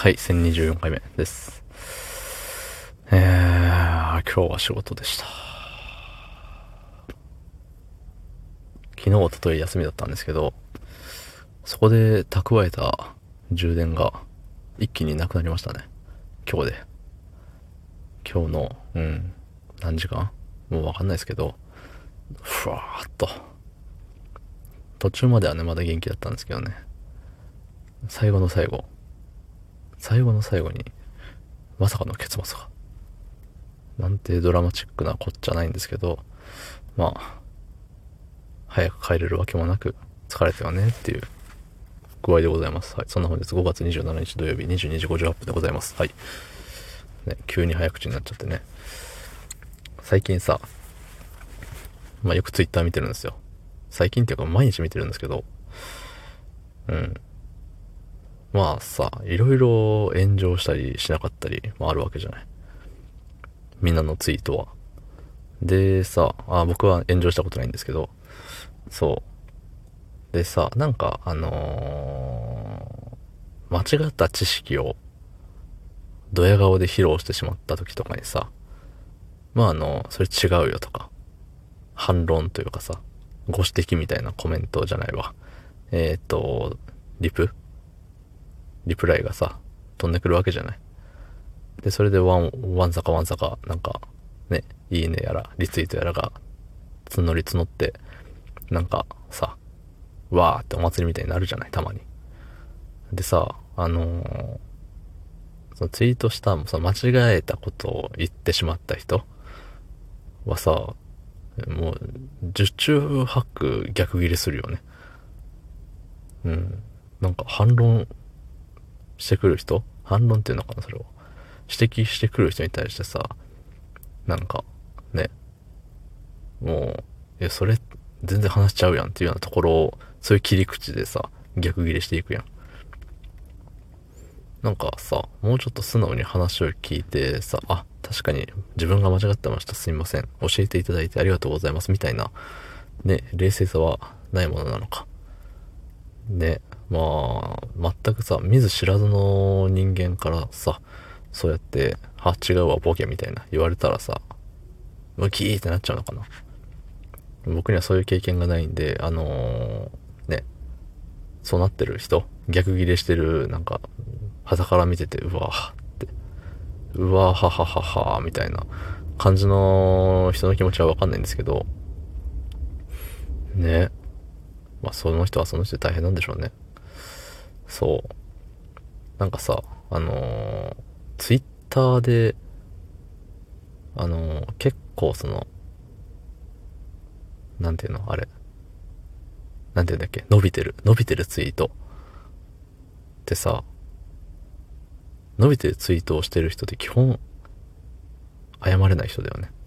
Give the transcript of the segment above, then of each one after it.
はい、1024回目です。今日は仕事でした。昨日、おととい休みだったんですけど、そこで蓄えた充電が一気になくなりましたね。今日で。今日の、何時間もうわかんないですけど、ふわーっと。途中まではね、まだ元気だったんですけどね。最後の最後に、まさかの結末が。なんてドラマチックなこっちゃないんですけど、まあ、早く帰れるわけもなく、疲れたよねっていう具合でございます。はい。そんな本日5月27日土曜日22時58分でございます。はい。ね、急に早口になっちゃってね。最近さ、よくツイッター見てるんですよ。最近っていうか毎日見てるんですけど、まあさ、いろいろ炎上したりしなかったりもあるわけじゃない。みんなのツイートは。でさ、僕は炎上したことないんですけど、そう。でさ、間違った知識をドヤ顔で披露してしまった時とかにさ、それ違うよとか、反論というかさ、ご指摘みたいなコメントじゃないわ。リプリプライがさ、飛んでくるわけじゃない。で、それでワンサか、ね、いいねやら、リツイートやらが、募って、さ、わーってお祭りみたいになるじゃない、たまに。でさ、そのツイートしたその間違えたことを言ってしまった人はさ、もう、十中八九逆ギレするよね。反論してくる人反論っていうのかな、それを。指摘してくる人に対してさ、ね、もう、それ、全然話しちゃうやんっていうようなところを、そういう切り口でさ、逆ギレしていくやん。もうちょっと素直に話を聞いてさ、確かに自分が間違ってました、すみません。教えていただいてありがとうございます、みたいな、ね、冷静さはないものなのか。ね、全くさ、見ず知らずの人間からさ、そうやって、違うわ、ボケみたいな言われたらさ、ムキーってなっちゃうのかな。僕にはそういう経験がないんで、ね、そうなってる人、逆ギレしてる、傍から見てて、うわーって、うわーははははみたいな感じの人の気持ちはわかんないんですけど、ね。その人はその人で大変なんでしょうね。そう。さ、ツイッターで、結構なんていうのあれ。なんていうんだっけ伸びてるツイートってさ、伸びてるツイートをしてる人って基本、謝れない人だよね。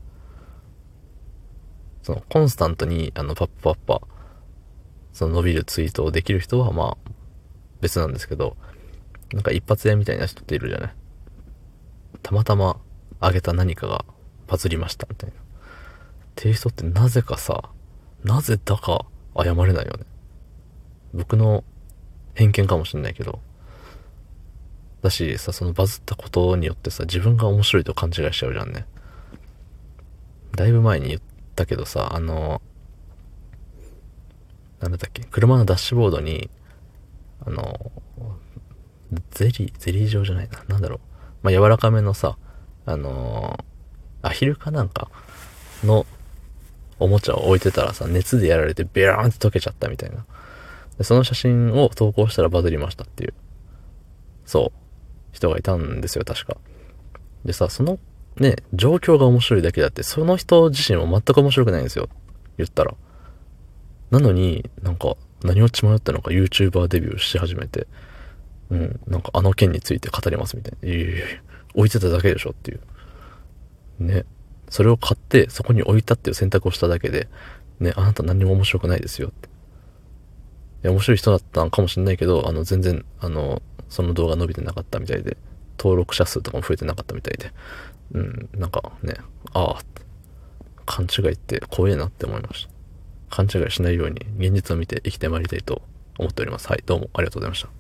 コンスタントに、パッパッパ、伸びるツイートをできる人は、別なんですけど、一発屋みたいな人っているじゃない。たまたま上げた何かがバズりましたみたいな。っていう人ってなぜかさ、なぜだか謝れないよね。僕の偏見かもしれないけど。だしさ、そのバズったことによってさ、自分が面白いと勘違いしちゃうじゃんね。だいぶ前に言ったけどさ、なんだったっけ、車のダッシュボードに、あの、ゼリー状じゃないな。なんだろう。柔らかめのさ、アヒルかなんかのおもちゃを置いてたらさ、熱でやられてベラーンって溶けちゃったみたいな。でその写真を投稿したらバズりましたっていう、そう、人がいたんですよ、確か。でさ、そのね、状況が面白いだけだって、その人自身は全く面白くないんですよ。言ったら。なのに、何を血迷ったのか YouTuber デビューし始めて、あの件について語りますみたいな。いやいやいや、置いてただけでしょっていう。ね。それを買って、そこに置いたっていう選択をしただけで、ね、あなた何にも面白くないですよって。いや、面白い人だったのかもしれないけど、全然、その動画伸びてなかったみたいで、登録者数とかも増えてなかったみたいで、勘違いって怖えなって思いました。勘違いしないように現実を見て生きてまいりたいと思っております。はい、どうもありがとうございました。